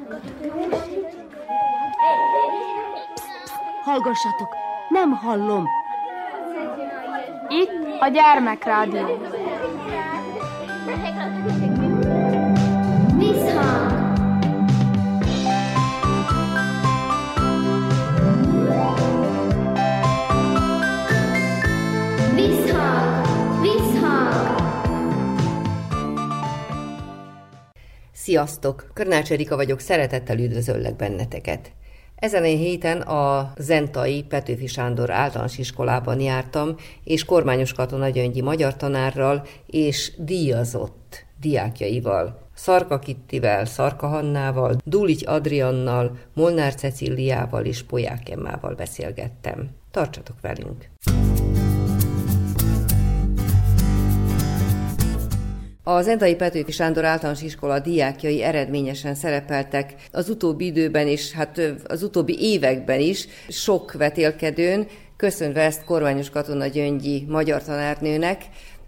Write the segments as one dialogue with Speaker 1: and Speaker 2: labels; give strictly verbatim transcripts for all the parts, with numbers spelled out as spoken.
Speaker 1: Hallgassatok, nem hallom.
Speaker 2: Itt a gyermekrádió.
Speaker 3: Visszhang. Visszhang. Visszhang.
Speaker 4: Sziasztok! Körnács Erika vagyok, szeretettel üdvözöllek benneteket. Ezen a héten a zentai Petőfi Sándor általános iskolában jártam, és Kormányos Katona Gyöngyi magyar tanárral és díjazott diákjaival. Szarka Kittivel, Szarka Hannával, Dulics Adriannal, Molnár Cecíliával és Polyák Emmával beszélgettem. Tartsatok velünk! A zentai Petőfi Sándor általános iskola diákjai eredményesen szerepeltek az utóbbi időben és hát az utóbbi években is sok vetélkedőn, köszönve ezt Kormányos Katona Gyöngyi magyar tanárnőnek,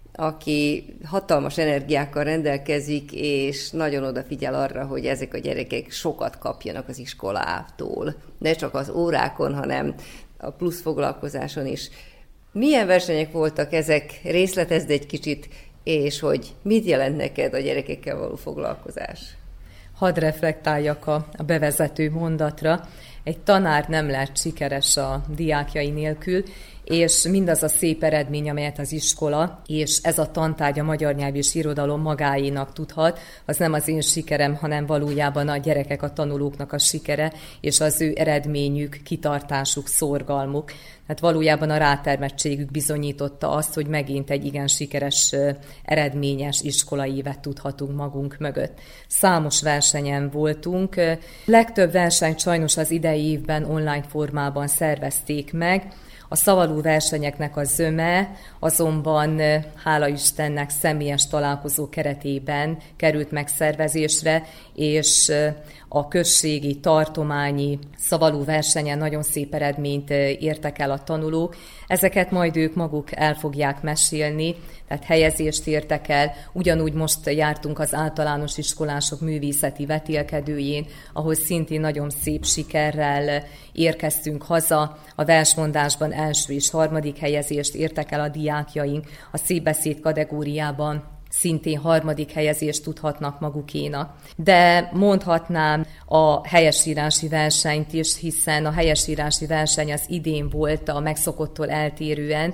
Speaker 4: aki hatalmas energiákkal rendelkezik, és nagyon odafigyel arra, hogy ezek a gyerekek sokat kapjanak az iskolától. Ne csak az órákon, hanem a plusz foglalkozáson is. Milyen versenyek voltak ezek? Részletezd egy kicsit, és hogy mit jelent neked a gyerekekkel való foglalkozás?
Speaker 5: Hadd reflektáljak a, a bevezető mondatra. Egy tanár nem lett sikeres a diákjai nélkül, és mindaz a szép eredmény, amelyet az iskola és ez a tantárgy, a magyar nyelv és irodalom magáénak tudhat, az nem az én sikerem, hanem valójában a gyerekek, a tanulóknak a sikere, és az ő eredményük, kitartásuk, szorgalmuk. Tehát valójában a rátermettségük bizonyította azt, hogy megint egy igen sikeres, eredményes iskolai évet tudhatunk magunk mögött. Számos versenyen voltunk. Legtöbb versenyt sajnos az idei évben online formában szervezték meg. A szavaló versenyeknek a zöme azonban, hála Istennek, személyes találkozó keretében került megszervezésre, és a községi, tartományi szavaló versenyen nagyon szép eredményt értek el a tanulók. Ezeket majd ők maguk el fogják mesélni, tehát helyezést értek el. Ugyanúgy most jártunk az általános iskolások művészeti vetélkedőjén, ahol szintén nagyon szép sikerrel érkeztünk haza. A versmondásban első és harmadik helyezést értek el a diákjaink, a szépbeszéd kategóriában szintén harmadik helyezést tudhatnak magukénak. De mondhatnám a helyesírási versenyt is, hiszen a helyesírási verseny az idén volt a megszokottól eltérően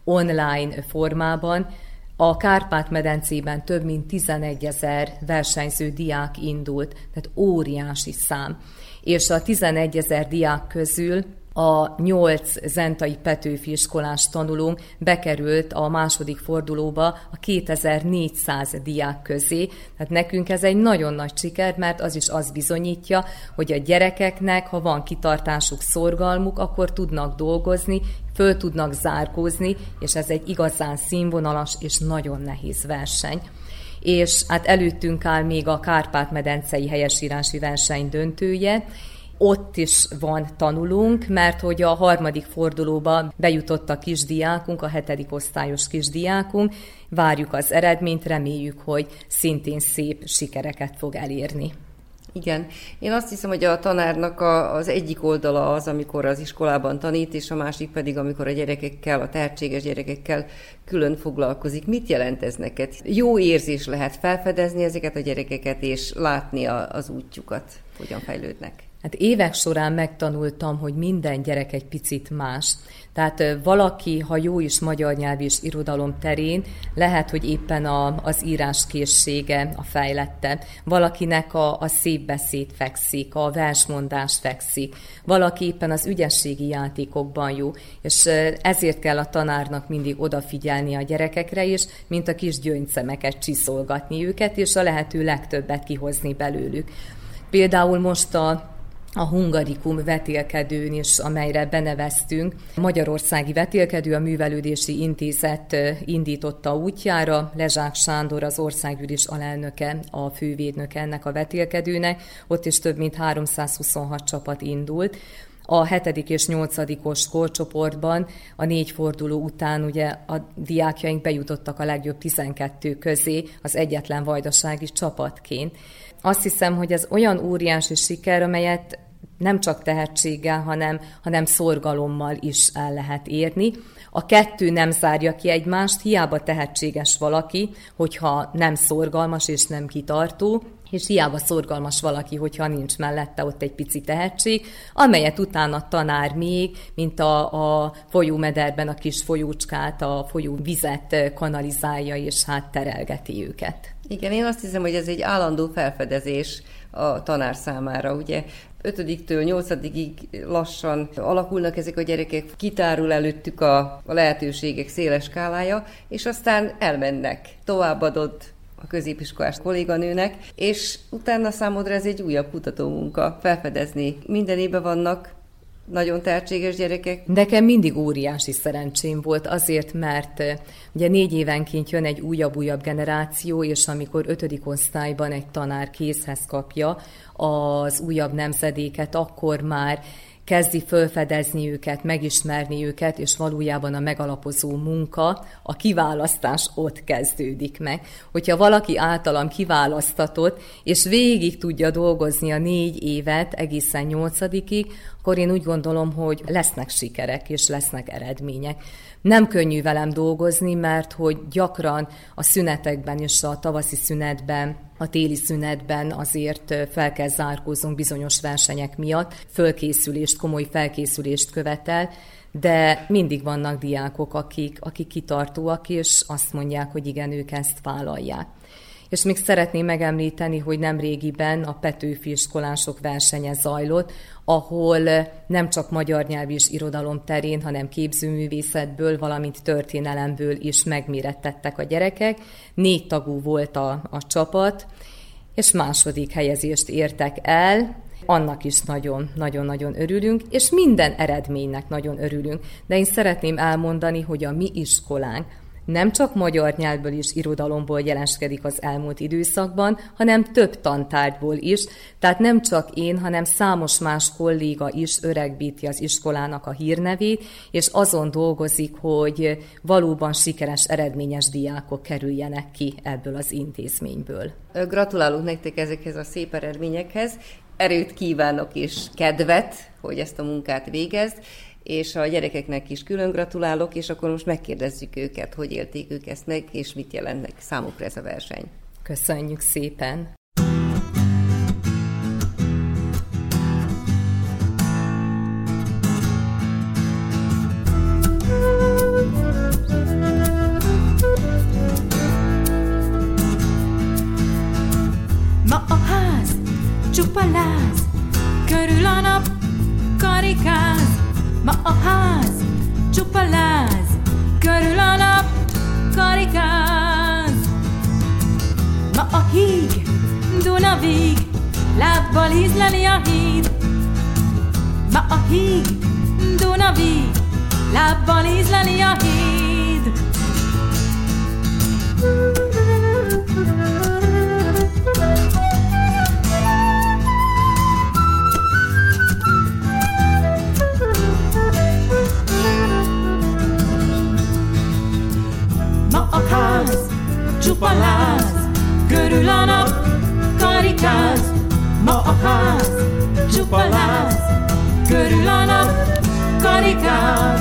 Speaker 5: online formában. A Kárpát-medencében több mint tizenegyezer versenyző diák indult, tehát óriási szám. És a tizenegyezer diák közül a nyolc zentai Petőfi iskolás tanulónk bekerült a második fordulóba a kétezer-négyszáz diák közé. Tehát nekünk ez egy nagyon nagy siker, mert az is azt bizonyítja, hogy a gyerekeknek, ha van kitartásuk, szorgalmuk, akkor tudnak dolgozni, föl tudnak zárkózni, és ez egy igazán színvonalas és nagyon nehéz verseny. És hát előttünk áll még a Kárpát-medencei helyesírási verseny döntője. Ott is van tanulónk, mert hogy a harmadik fordulóba bejutott a kisdiákunk, a hetedik osztályos kisdiákunk. Várjuk az eredményt, reméljük, hogy szintén szép sikereket fog elérni.
Speaker 4: Igen. Én azt hiszem, hogy a tanárnak a, az egyik oldala az, amikor az iskolában tanít, és a másik pedig, amikor a gyerekekkel, a tehetséges gyerekekkel külön foglalkozik. Mit jelent ez neked? Jó érzés lehet felfedezni ezeket a gyerekeket, és látni a, az útjukat, hogyan fejlődnek.
Speaker 5: Hát évek során megtanultam, hogy minden gyerek egy picit más. Tehát valaki, ha jó is magyar nyelv és irodalom terén, lehet, hogy éppen a, az íráskészsége a fejlette. Valakinek a, a szép beszéd fekszik, a versmondás fekszik. Valaki éppen az ügyességi játékokban jó. És ezért kell a tanárnak mindig odafigyelni a gyerekekre is, mint a kis gyöngyszemeket csiszolgatni őket, és a lehető legtöbbet kihozni belőlük. Például most a a Hungarikum vetélkedőn is, amelyre beneveztünk. Magyarországi vetélkedő, a Művelődési Intézet indította útjára. Lezsák Sándor, az országgyűlés alelnöke, a fővédnöke ennek a vetélkedőnek. Ott is több mint háromszázhuszonhat csapat indult. A hetedik és nyolcadikos korcsoportban a négy forduló után ugye a diákjaink bejutottak a legjobb tizenkettő közé az egyetlen vajdasági csapatként. Azt hiszem, hogy ez olyan óriási siker, amelyet nem csak tehetséggel, hanem, hanem szorgalommal is el lehet érni. A kettő nem zárja ki egymást, hiába tehetséges valaki, hogyha nem szorgalmas és nem kitartó, és hiába szorgalmas valaki, hogyha nincs mellette ott egy pici tehetség, amelyet utána tanár még, mint a, a folyómederben a kis folyócskát, a folyó vizet kanalizálja, és hát terelgeti őket.
Speaker 4: Igen, én azt hiszem, hogy ez egy állandó felfedezés a tanár számára, ugye. ötödiktől nyolcadikig lassan alakulnak ezek a gyerekek, kitárul előttük a, a lehetőségek széles skálája, és aztán elmennek, továbbadott a középiskolás kolléganőnek, és utána számodra ez egy újabb kutatómunka, felfedezni. Minden évben vannak nagyon tehetséges gyerekek.
Speaker 5: Nekem mindig óriási szerencsém volt azért, mert ugye négy évenként jön egy újabb-újabb generáció, és amikor ötödik osztályban egy tanár kézhez kapja az újabb nemzedéket, akkor már kezdi felfedezni őket, megismerni őket, és valójában a megalapozó munka, a kiválasztás ott kezdődik meg. Hogyha valaki általam kiválasztatott, és végig tudja dolgozni a négy évet egészen nyolcadikig, akkor én úgy gondolom, hogy lesznek sikerek, és lesznek eredmények. Nem könnyű velem dolgozni, mert hogy gyakran a szünetekben és a tavaszi szünetben, a téli szünetben azért fel kell zárkóznunk bizonyos versenyek miatt, fölkészülést, komoly felkészülést követel, de mindig vannak diákok, akik, akik kitartóak, és azt mondják, hogy igen, ők ezt vállalják. És még szeretném megemlíteni, hogy nemrégiben a Petőfi iskolások versenye zajlott, ahol nem csak magyar nyelv és irodalom terén, hanem képzőművészetből, valamint történelemből is megmérettettek a gyerekek. Négy tagú volt a, a csapat, és második helyezést értek el. Annak is nagyon-nagyon örülünk, és minden eredménynek nagyon örülünk. De én szeretném elmondani, hogy a mi iskolánk nem csak magyar nyelvből és irodalomból jeleskedik az elmúlt időszakban, hanem több tantárgyból is, tehát nem csak én, hanem számos más kolléga is öregbíti az iskolának a hírnevét, és azon dolgozik, hogy valóban sikeres, eredményes diákok kerüljenek ki ebből az intézményből.
Speaker 4: Gratulálok nektek ezekhez a szép eredményekhez, erőt kívánok és kedvet, hogy ezt a munkát végezd, és a gyerekeknek is külön gratulálok, és akkor most megkérdezzük őket, hogy élték ők ezt meg, és mit jelentnek számukra ez a verseny.
Speaker 5: Köszönjük szépen!
Speaker 6: Ma a ház csupa láz, körül a nap karikáz. Ma a ház csupa láz, körül a nap karikáz. Ma a híg Dunavíg, lábbal ízleli a híd. Ma a híg Dunavíg, lábbal ízleli a híd. Ma a ház csupa láz, körül a nap karikáz. Ma a ház csupa láz, körül a nap karikáz.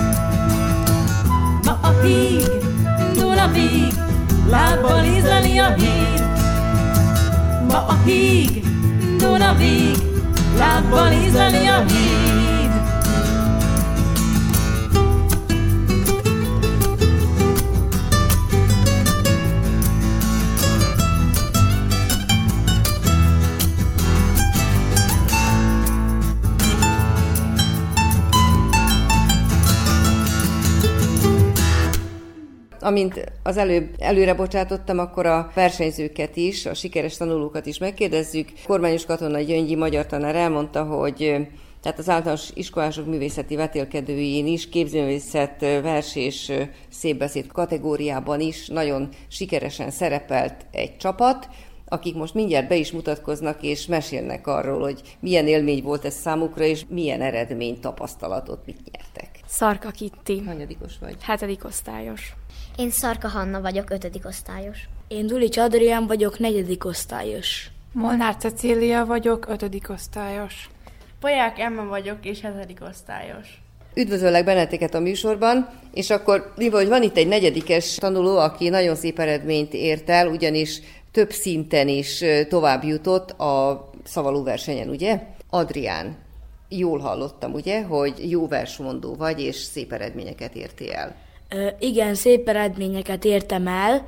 Speaker 6: Ma a híg Dunavíg, lábbal ízleli a híd. Ma a híg Dunavíg, lábbal ízleli a híd.
Speaker 4: Amint az előbb előre bocsátottam, akkor a versenyzőket is, a sikeres tanulókat is megkérdezzük. Kormányos Katona Gyöngyi magyar tanár elmondta, hogy tehát az általános iskolások művészeti vetélkedőjén is, képzőművészet, vers és szépbeszéd kategóriában is nagyon sikeresen szerepelt egy csapat, akik most mindjárt be is mutatkoznak, és mesélnek arról, hogy milyen élmény volt ez számukra, és milyen eredményt, tapasztalatot, mit nyertek.
Speaker 2: Szarka Kitti.
Speaker 4: Hanyadikos vagy?
Speaker 2: Hetedik osztályos.
Speaker 3: Én Szarka Hanna vagyok, ötödik osztályos.
Speaker 7: Én Dulics Adrián vagyok, negyedik osztályos.
Speaker 8: Molnár Cecília vagyok, ötödik osztályos.
Speaker 9: Polyák Emma vagyok, és hetedik osztályos.
Speaker 4: Üdvözöllek benneteket a műsorban, és akkor, hogy van itt egy negyedikes tanuló, aki nagyon szép eredményt ért el, ugyanis több szinten is tovább jutott a szavalóversenyen, ugye? Adrián, jól hallottam, ugye, hogy jó versmondó vagy, és szép eredményeket értél el.
Speaker 7: Ö, igen, szép eredményeket értem el,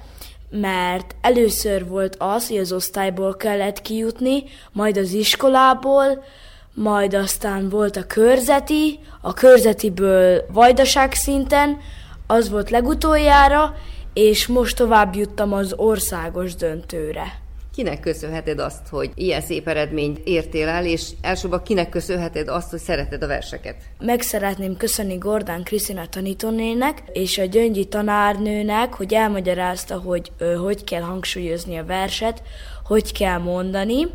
Speaker 7: mert először volt az, hogy az osztályból kellett kijutni, majd az iskolából, majd aztán volt a körzeti, a körzetiből vajdaság szinten, az volt legutoljára, és most tovább juttam az országos döntőre.
Speaker 4: Kinek köszönheted azt, hogy ilyen szép eredményt értél el, és elsősorban kinek köszönheted azt, hogy szereted a verseket?
Speaker 7: Meg szeretném köszönni Gordán Krisztina tanítónének és a Gyöngyi tanárnőnek, hogy elmagyarázta, hogy ö, hogy kell hangsúlyozni a verset, hogy kell mondani,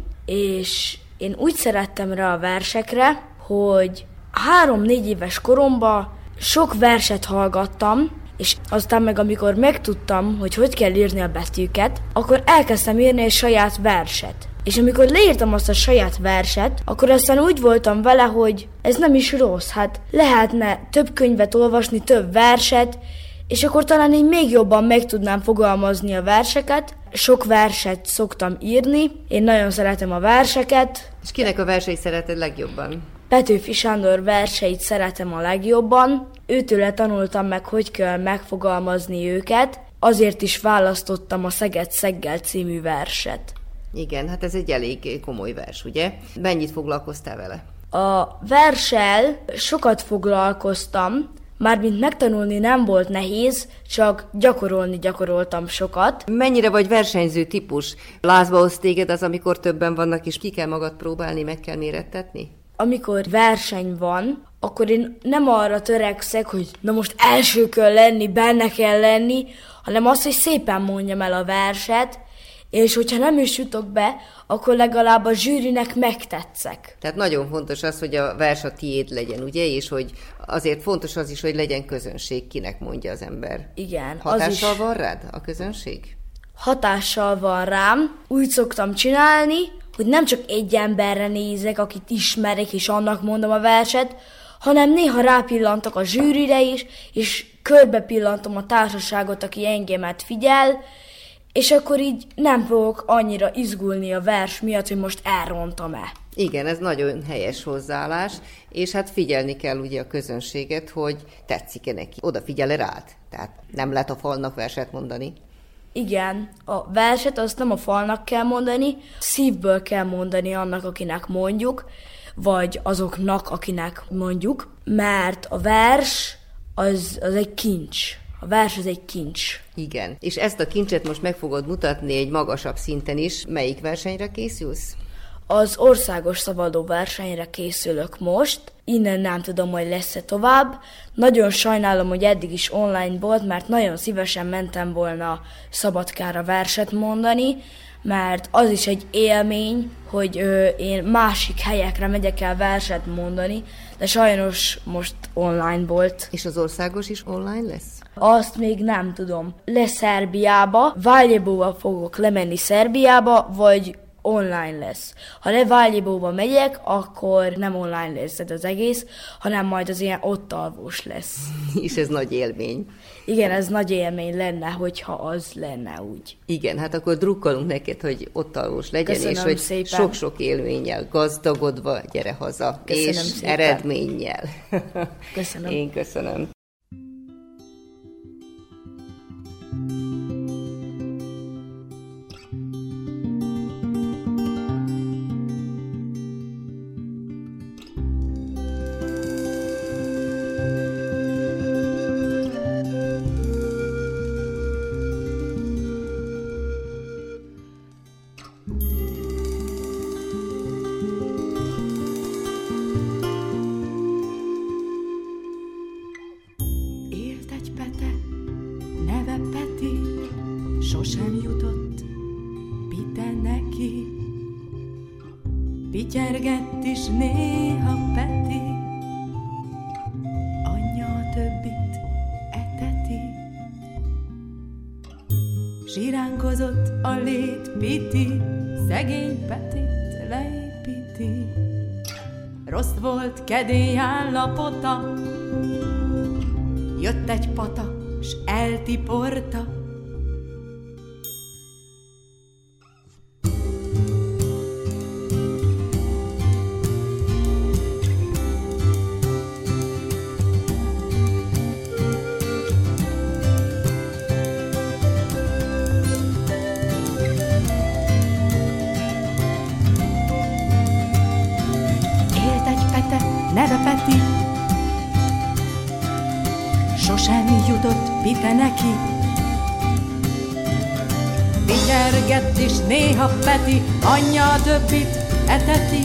Speaker 7: és én úgy szerettem rá a versekre, hogy három-négy éves koromban sok verset hallgattam, és aztán meg amikor megtudtam, hogy hogy kell írni a betűket, akkor elkezdtem írni egy saját verset. És amikor leírtam azt a saját verset, akkor aztán úgy voltam vele, hogy ez nem is rossz, hát lehetne több könyvet olvasni, több verset, és akkor talán így még jobban meg tudnám fogalmazni a verseket. Sok verset szoktam írni, én nagyon szeretem a verseket.
Speaker 4: És kinek a verseit szereted legjobban?
Speaker 7: Petőfi Sándor verseit szeretem a legjobban. Őtőle tanultam meg, hogy kell megfogalmazni őket, azért is választottam a Szeged Szeggel című verset.
Speaker 4: Igen, hát ez egy elég komoly vers, ugye? Mennyit foglalkoztál vele?
Speaker 7: A verssel sokat foglalkoztam, mármint megtanulni nem volt nehéz, csak gyakorolni gyakoroltam sokat.
Speaker 4: Mennyire vagy versenyző típus? Lázba hoz téged az, amikor többen vannak, és ki kell magad próbálni, meg kell mérettetni?
Speaker 7: Amikor verseny van, akkor én nem arra törekszek, hogy na most első kell lenni, benne kell lenni, hanem azt, hogy szépen mondjam el a verset, és hogyha nem is jutok be, akkor legalább a zsűrinek megtetszek.
Speaker 4: Tehát nagyon fontos az, hogy a vers a tiéd legyen, ugye? És hogy azért fontos az is, hogy legyen közönség, kinek mondja az ember.
Speaker 7: Igen.
Speaker 4: Hatással
Speaker 7: az is
Speaker 4: van rád a közönség?
Speaker 7: Hatással van rám. Úgy szoktam csinálni, hogy nem csak egy emberre nézek, akit ismerek, és annak mondom a verset, hanem néha rápillantok a zsűrire is, és körbe pillantom a társaságot, aki engemet figyel, és akkor így nem fogok annyira izgulni a vers miatt, hogy most elrontom-e.
Speaker 4: Igen, ez nagyon helyes hozzáállás, és hát figyelni kell ugye a közönséget, hogy tetszik-e neki. Odafigyel-e rád? Tehát nem lehet a falnak verset mondani.
Speaker 7: Igen, a verset azt nem a falnak kell mondani, szívből kell mondani annak, akinek mondjuk, vagy azoknak, akinek mondjuk, mert a vers az, az egy kincs. A vers az egy kincs.
Speaker 4: Igen, és ezt a kincset most meg fogod mutatni egy magasabb szinten is. Melyik versenyre készülsz?
Speaker 7: Az országos szabadó versenyre készülök most. Innen nem tudom, hogy lesz-e tovább. Nagyon sajnálom, hogy eddig is online volt, mert nagyon szívesen mentem volna Szabadkára verset mondani, mert az is egy élmény, hogy ö, én másik helyekre megyek el verset mondani, de sajnos most online volt.
Speaker 4: És az országos is online lesz?
Speaker 7: Azt még nem tudom. Le Szerbiába, Valjebóba fogok lemenni Szerbiába, vagy online lesz. Ha le Valjebóba megyek, akkor nem online lesz az egész, hanem majd az ilyen ott alvós lesz.
Speaker 4: És ez nagy élmény.
Speaker 7: Igen, ez nagy élmény lenne, hogyha az lenne úgy.
Speaker 4: Igen, hát akkor drukkolunk neked, hogy ott alvós legyen,
Speaker 7: Köszönöm
Speaker 4: és hogy
Speaker 7: szépen.
Speaker 4: sok-sok élménnyel gazdagodva gyere haza.
Speaker 7: Köszönöm
Speaker 4: és
Speaker 7: szépen.
Speaker 4: eredménnyel.
Speaker 7: Köszönöm.
Speaker 4: Én köszönöm.
Speaker 6: Pityergett is néha Peti, anyja a többit eteti. Siránkozott a lét Piti, szegény Petit leépíti. Rossz volt kedély állapota, jött egy pata, s eltiporta. Neve Peti, sosem jutott Pite neki. Vigyergett is néha Peti, anyja a többit eteti.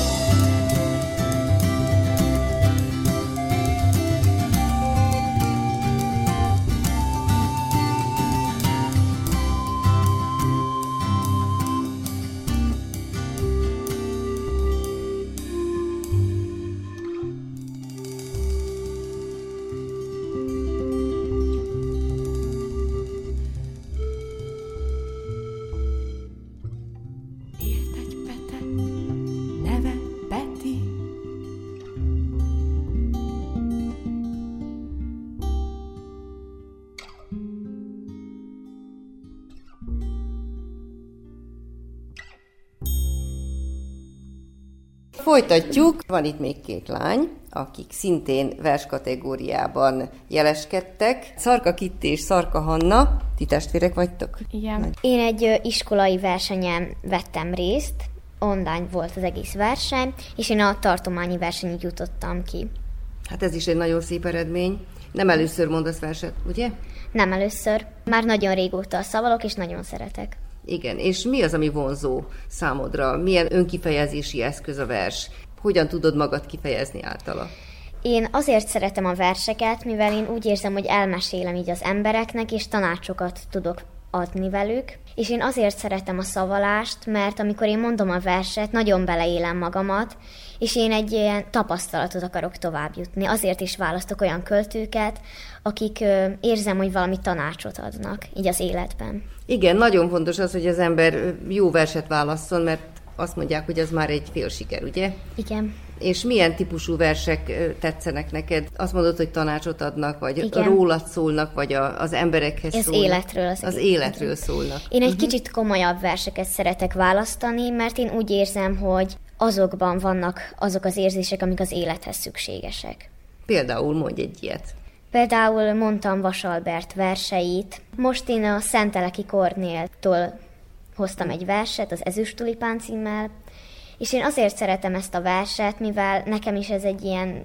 Speaker 4: Folytatjuk. Van itt még két lány, akik szintén vers kategóriában jeleskedtek. Szarka Kitti és Szarka Hanna, ti testvérek vagytok?
Speaker 2: Igen.
Speaker 3: Én egy iskolai versenyen vettem részt, online volt az egész verseny, és én a tartományi versenyig jutottam ki.
Speaker 4: Hát ez is egy nagyon szép eredmény. Nem először mondasz verset, ugye?
Speaker 3: Nem először. Már nagyon régóta szavalok, és nagyon szeretek.
Speaker 4: Igen, és mi az, ami vonzó számodra? Milyen önkifejezési eszköz a vers? Hogyan tudod magad kifejezni általa?
Speaker 3: Én azért szeretem a verseket, mivel én úgy érzem, hogy elmesélem így az embereknek, és tanácsokat tudok adni velük. És én azért szeretem a szavalást, mert amikor én mondom a verset, nagyon beleélem magamat, és én egy ilyen tapasztalatot akarok tovább jutni. Azért is választok olyan költőket, akik ö, érzem, hogy valami tanácsot adnak így az életben.
Speaker 4: Igen, nagyon fontos az, hogy az ember jó verset válasszon, mert azt mondják, hogy az már egy fél siker, ugye?
Speaker 3: Igen.
Speaker 4: És milyen típusú versek tetszenek neked? Azt mondod, hogy tanácsot adnak, vagy
Speaker 3: Igen.
Speaker 4: rólad szólnak, vagy a, az emberekhez
Speaker 3: az
Speaker 4: szólnak?
Speaker 3: Életről, az,
Speaker 4: az életről szólnak.
Speaker 3: Én egy
Speaker 4: uh-huh.
Speaker 3: kicsit komolyabb verseket szeretek választani, mert én úgy érzem, hogy azokban vannak azok az érzések, amik az élethez szükségesek.
Speaker 4: Például mondj egy ilyet.
Speaker 3: Például mondtam Vasalbert verseit. Most én a Szenteleki Kornéltól hoztam egy verset, az Ezüsttulipán címmel, és én azért szeretem ezt a verset, mivel nekem is ez egy ilyen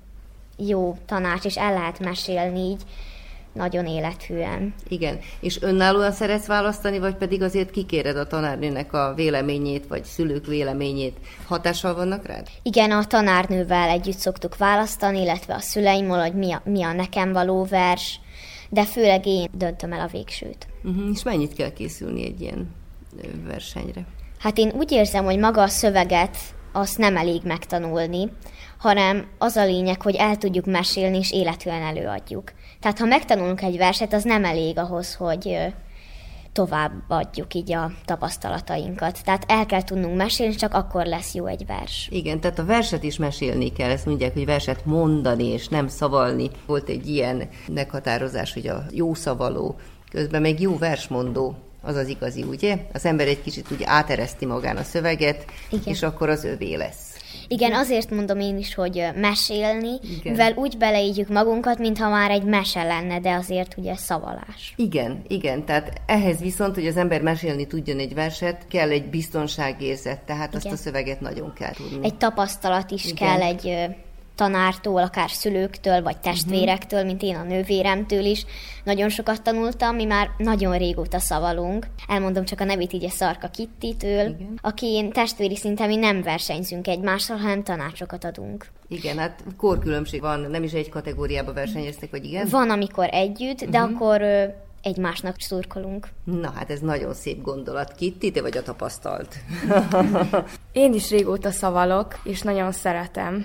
Speaker 3: jó tanács, és el lehet mesélni így nagyon élethűen.
Speaker 4: Igen, és önállóan szeretsz választani, vagy pedig azért kikéred a tanárnőnek a véleményét, vagy szülők véleményét? Hatással vannak rád?
Speaker 3: Igen, a tanárnővel együtt szoktuk választani, illetve a szüleimmel, hogy mi a, mi a nekem való vers, de főleg én döntöm el a végsőt.
Speaker 4: Uh-huh. És mennyit kell készülni egy ilyen versenyre?
Speaker 3: Hát én úgy érzem, hogy maga a szöveget azt nem elég megtanulni, hanem az a lényeg, hogy el tudjuk mesélni és élethűen előadjuk. Tehát ha megtanulunk egy verset, az nem elég ahhoz, hogy továbbadjuk így a tapasztalatainkat. Tehát el kell tudnunk mesélni, csak akkor lesz jó egy vers.
Speaker 4: Igen, tehát a verset is mesélni kell. Ezt mondják, hogy verset mondani és nem szavalni. Volt egy ilyen meghatározás, hogy a jó szavaló, közben meg jó versmondó. Az az igazi, ugye? Az ember egy kicsit úgy átereszti magán a szöveget, igen. És akkor az övé lesz.
Speaker 3: Igen, azért mondom én is, hogy mesélni, igen. Mivel úgy beleígyük magunkat, mintha már egy mese lenne, de azért ugye szavalás.
Speaker 4: Igen, igen, tehát ehhez viszont, hogy az ember mesélni tudjon egy verset, kell egy biztonságérzet, tehát igen. Azt a szöveget nagyon kell tudni.
Speaker 3: Egy tapasztalat is igen. Kell egy tanártól, akár szülőktől, vagy testvérektől, mint én a nővéremtől is. Nagyon sokat tanultam, mi már nagyon régóta szavalunk. Elmondom csak a nevét így a Szarka Kittitől, igen. Aki testvéri szinten mi nem versenyzünk egymással, hanem tanácsokat adunk.
Speaker 4: Igen, hát korkülönbség van, nem is egy kategóriába versenyeztek, vagy igen?
Speaker 3: Van, amikor együtt, de uh-huh. akkor egymásnak szurkolunk.
Speaker 4: Na hát ez nagyon szép gondolat. Kitti, te vagy a tapasztalt.
Speaker 2: Én is régóta szavalok, és nagyon szeretem.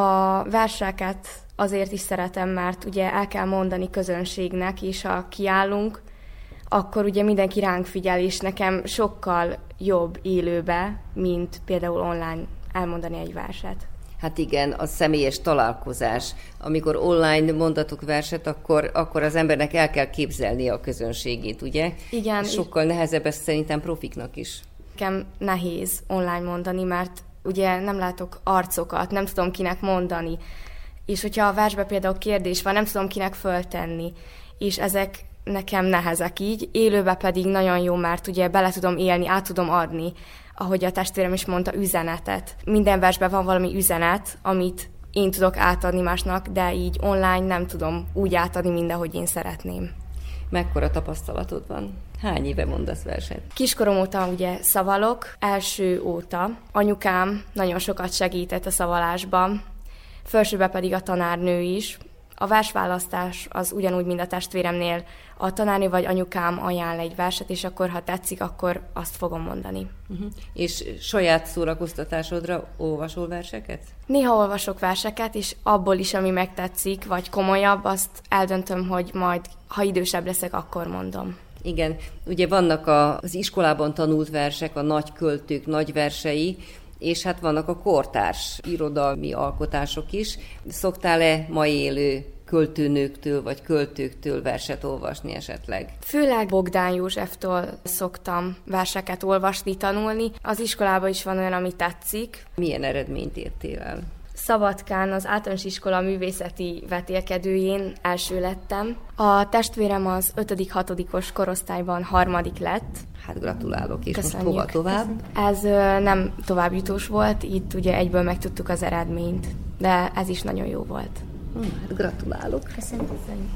Speaker 2: A verseket azért is szeretem, mert ugye el kell mondani közönségnek, és ha kiállunk, akkor ugye mindenki ránk figyel, és nekem sokkal jobb élőbe, mint például online elmondani egy verset.
Speaker 4: Hát igen, a személyes találkozás. Amikor online mondatok verset, akkor, akkor az embernek el kell képzelnie a közönségét, ugye?
Speaker 2: Igen.
Speaker 4: Sokkal nehezebb ez szerintem profiknak is.
Speaker 2: Nekem nehéz online mondani, mert ugye nem látok arcokat, nem tudom kinek mondani. És hogyha a versben például kérdés van, nem tudom kinek föltenni. És ezek nekem nehezek így, élőben pedig nagyon jó, mert ugye bele tudom élni, át tudom adni, ahogy a testvérem is mondta, üzenetet. Minden versben van valami üzenet, amit én tudok átadni másnak, de így online nem tudom úgy átadni, mint ahogy én szeretném.
Speaker 4: Mekkora tapasztalatod van? Hány éve mondasz verset?
Speaker 2: Kiskorom óta ugye szavalok, első óta. Anyukám nagyon sokat segített a szavalásban, felsőben pedig a tanárnő is. A versválasztás az ugyanúgy, mint a testvéremnél. A tanárnő vagy anyukám ajánl egy verset, és akkor, ha tetszik, akkor azt fogom mondani.
Speaker 4: Uh-huh. És saját szórakoztatásodra olvasol verseket?
Speaker 2: Néha olvasok verseket, és abból is, ami megtetszik, vagy komolyabb, azt eldöntöm, hogy majd, ha idősebb leszek, akkor mondom.
Speaker 4: Igen, ugye vannak a, az iskolában tanult versek, a nagy költők nagy versei, és hát vannak a kortárs irodalmi alkotások is. Szoktál-e ma élő költőnőktől vagy költőktől verset olvasni esetleg?
Speaker 2: Főleg Bogdán Józseftől szoktam verseket olvasni, tanulni. Az iskolában is van olyan, ami tetszik.
Speaker 4: Milyen eredményt értél el?
Speaker 2: Szabadkán az általános iskola művészeti vetélkedőjén első lettem. A testvérem az ötödik-hatodikos korosztályban harmadik lett.
Speaker 4: Hát gratulálok, és
Speaker 2: Köszönjük.
Speaker 4: Most hova tovább?
Speaker 2: Ez ö, nem továbbjutós volt, itt ugye egyből megtudtuk az eredményt, de ez is nagyon jó volt.
Speaker 4: Hmm, hát gratulálok.
Speaker 3: Köszönjük.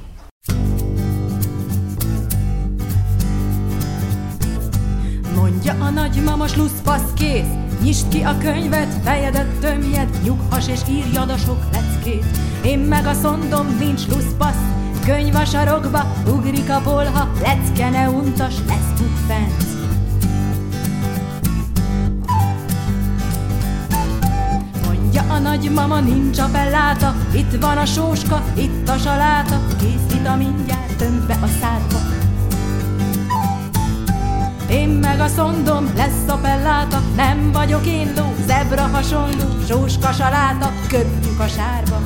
Speaker 6: Mondja a nagymama, slusszpasz kész, nyisd ki a könyvet, fejedet tömjed, nyughas és írjad a sok leckét. Én meg azt mondom, nincs slusszpasz, könyv a sarokba, ugrik a bolha, lecke ne untas, lesz bukfenc. Mondja a nagymama, nincs a pelláta, itt van a sóska, itt a saláta, készít a mindjárt, tömd be a szádba. Én meg azt mondom, lesz a pelláta, nem vagyok én ló, zebra hasonló, sóska saláta, köpjük a sárba.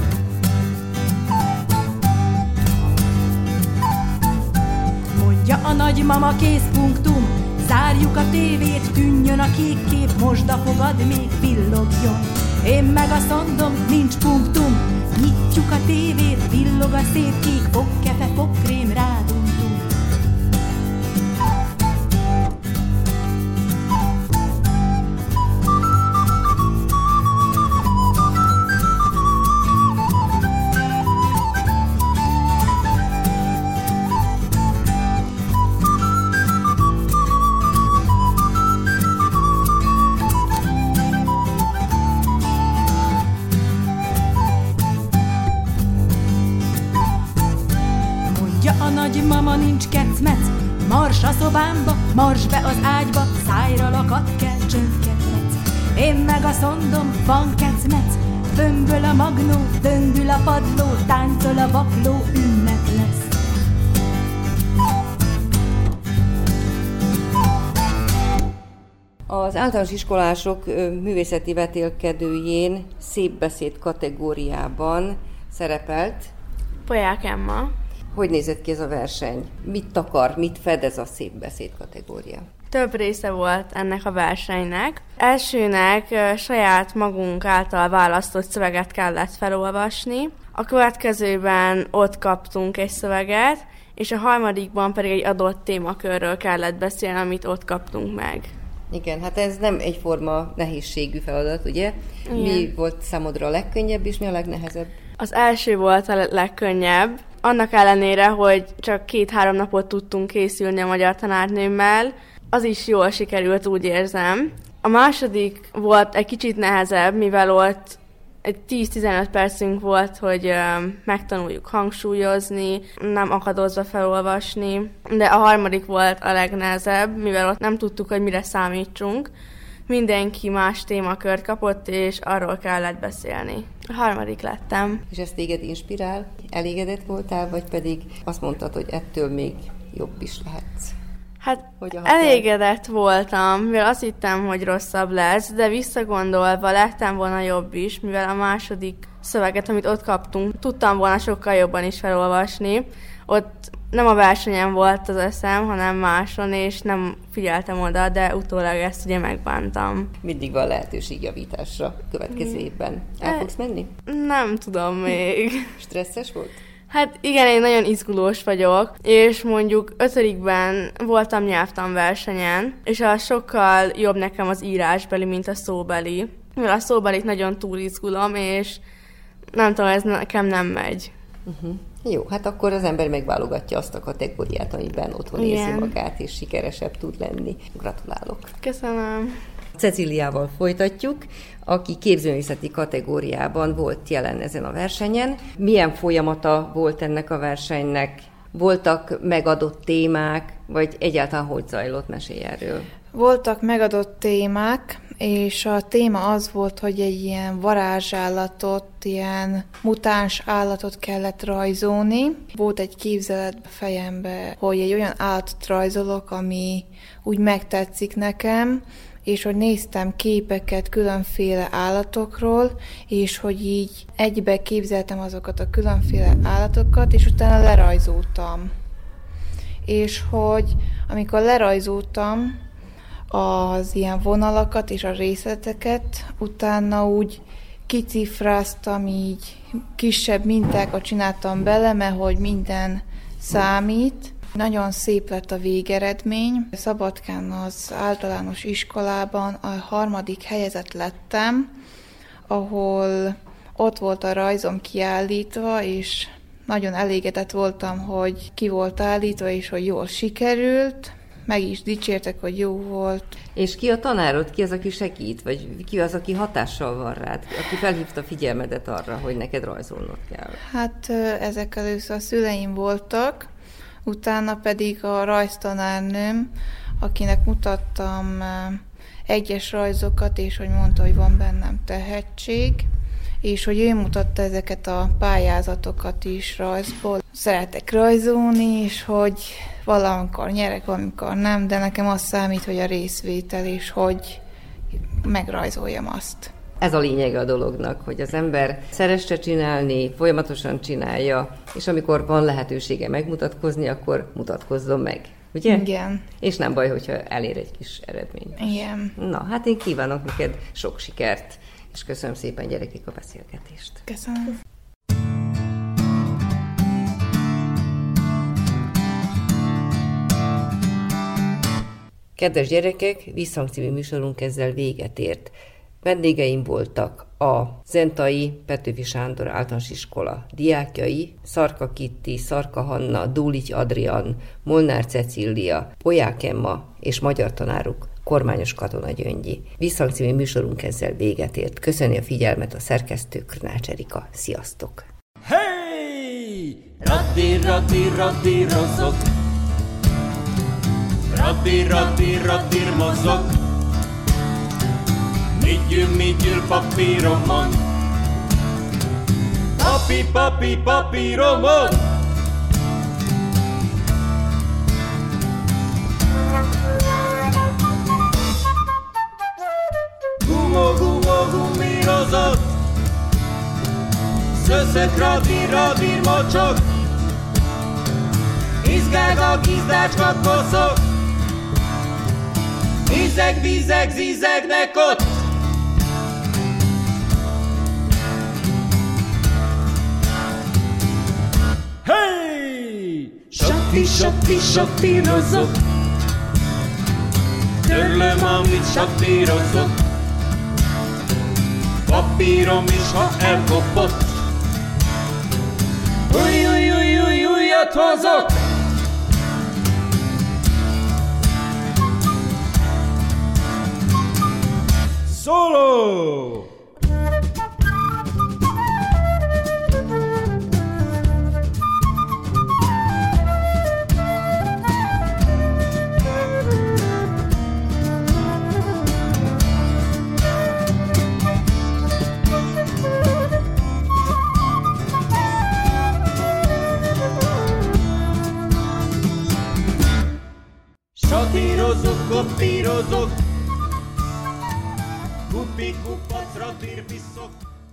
Speaker 6: Mondja a nagymama, kész punktum, zárjuk a tévét, tűnjön a kék kép, mosd a fogad, még villogjon. Én meg azt mondom, nincs punktum, nyitjuk a tévét, villog a szép kék, fogkefe, fogkrém, ráduntunk. Mama, nincs kecmec, mars a szobámba, mars be az ágyba, szájra lakat kell, csöndkedrec. Én meg azt mondom, van kecmec, bömböl a magnó, döngül a padló, táncol a bakló, ünnep lesz.
Speaker 4: Az általános iskolások művészeti vetélkedőjén szépbeszéd kategóriában szerepelt
Speaker 9: Polyák Emma.
Speaker 4: Hogy nézett ki ez a verseny? Mit akar, mit fedez a szépbeszéd kategória?
Speaker 9: Több része volt ennek a versenynek. Elsőnek saját magunk által választott szöveget kellett felolvasni. A következőben ott kaptunk egy szöveget, és a harmadikban pedig egy adott témakörről kellett beszélni, amit ott kaptunk meg.
Speaker 4: Igen, hát ez nem egyforma nehézségű feladat, ugye? Igen. Mi volt számodra a legkönnyebb, és mi a legnehezebb?
Speaker 9: Az első volt a legkönnyebb. Annak ellenére, hogy csak két-három napot tudtunk készülni a magyar tanárnőmmel, az is jól sikerült, úgy érzem. A második volt egy kicsit nehezebb, mivel ott egy tíz-tizenöt percünk volt, hogy megtanuljuk hangsúlyozni, nem akadozva felolvasni, de a harmadik volt a legnehezebb, mivel ott nem tudtuk, hogy mire számítsunk. Mindenki más témakört kapott, és arról kellett beszélni. A harmadik lettem.
Speaker 4: És ez téged inspirál? Elégedett voltál, vagy pedig azt mondtad, hogy ettől még jobb is lehetsz?
Speaker 9: Hát elégedett voltam, mivel azt hittem, hogy rosszabb lesz, de visszagondolva lettem volna jobb is, mivel a második szöveget, amit ott kaptunk, tudtam volna sokkal jobban is felolvasni. Ott nem a versenyen volt az eszem, hanem máson, és nem figyeltem oda, de utólag ezt ugye megbántam.
Speaker 4: Mindig van lehetőség javításra következő évben. El fogsz menni?
Speaker 9: Nem tudom még.
Speaker 4: Stresszes volt?
Speaker 9: Hát igen, én nagyon izgulós vagyok, és mondjuk ötödikben voltam nyelvtanversenyen, és az sokkal jobb nekem az írásbeli, mint a szóbeli. Mivel a szóbelit nagyon túl izgulom, és nem tudom, ez nekem nem megy.
Speaker 4: Uh-huh. Jó, hát akkor az ember megválogatja azt a kategóriát, amiben otthon érzi magát, és sikeresebb tud lenni. Gratulálok!
Speaker 9: Köszönöm!
Speaker 4: Cecíliával folytatjuk, aki képzőművészeti kategóriában volt jelen ezen a versenyen. Milyen folyamata volt ennek a versenynek? Voltak megadott témák, vagy egyáltalán hogy zajlott? Mesélj erről.
Speaker 8: Voltak megadott témák, és a téma az volt, hogy egy ilyen varázsállatot, ilyen mutáns állatot kellett rajzolni. Volt egy képzelet fejembe, hogy egy olyan állatot rajzolok, ami úgy megtetszik nekem, és hogy néztem képeket különféle állatokról, és hogy így egybe képzeltem azokat a különféle állatokat, és utána lerajzoltam. És hogy amikor lerajzoltam az ilyen vonalakat és a részleteket, utána úgy kicifráztam, így kisebb mintákat csináltam bele, mert hogy minden számít. Nagyon szép lett a végeredmény. Szabadkán az általános iskolában a harmadik helyezett lettem, ahol ott volt a rajzom kiállítva, és nagyon elégedett voltam, hogy ki volt állítva, és hogy jól sikerült. Meg is dicsértek, hogy jó volt.
Speaker 4: És ki a tanárod? Ki az, aki segít? Vagy ki az, aki hatással van rád? Aki felhívta figyelmedet arra, hogy neked rajzolnod kell?
Speaker 8: Hát ezek először a szüleim voltak, utána pedig a rajztanárnőm, akinek mutattam egyes rajzokat, és hogy mondta, hogy van bennem tehetség, és hogy ő mutatta ezeket a pályázatokat is rajzból. Szeretek rajzolni, és hogy valamikor nyerek, valamikor nem, de nekem az számít, hogy a részvétel, és hogy megrajzoljam azt.
Speaker 4: Ez a lényege a dolognak, hogy az ember szeresse csinálni, folyamatosan csinálja, és amikor van lehetősége megmutatkozni, akkor mutatkozzon meg. Ugye?
Speaker 8: Igen.
Speaker 4: És nem baj, hogyha elér egy kis eredményt.
Speaker 8: Igen.
Speaker 4: Na, hát én kívánok neked sok sikert, és köszönöm szépen, gyerekek, a beszélgetést.
Speaker 8: Köszönöm.
Speaker 4: Kedves gyerekek, Visszhang című műsorunk ezzel véget ért. Vendégeim voltak a Zentai Petőfi Sándor Általános Iskola diákjai, Szarka Kitti, Szarka Hanna, Dúlics Adrián, Molnár Cecília, Poják Emma és magyar tanáruk Kormányos Katona Gyöngyi. Visszhang című műsorunk ezzel véget ért. Köszöni a figyelmet a szerkesztő Krnács Erika. Sziasztok!
Speaker 6: Hey! Raddi, raddi, raddi, rozok. Raddi, raddi, raddi, mozog. Migyül, migyül papíromon. Papi, papi, papíromon. Gumo, gumo, gumírozott. Szöszök, radír, radír, mocsok. Izgág a gizdácska koszok. Ízeg, vízeg, zízegnek ott. Hey! Satti, satti, sattírozok. Törlöm, amit sattírozok. Papírom is, ha elkopott. Új, új, új, új, újat hozok. Solo! mozog. Kupi kupacra birbiszok.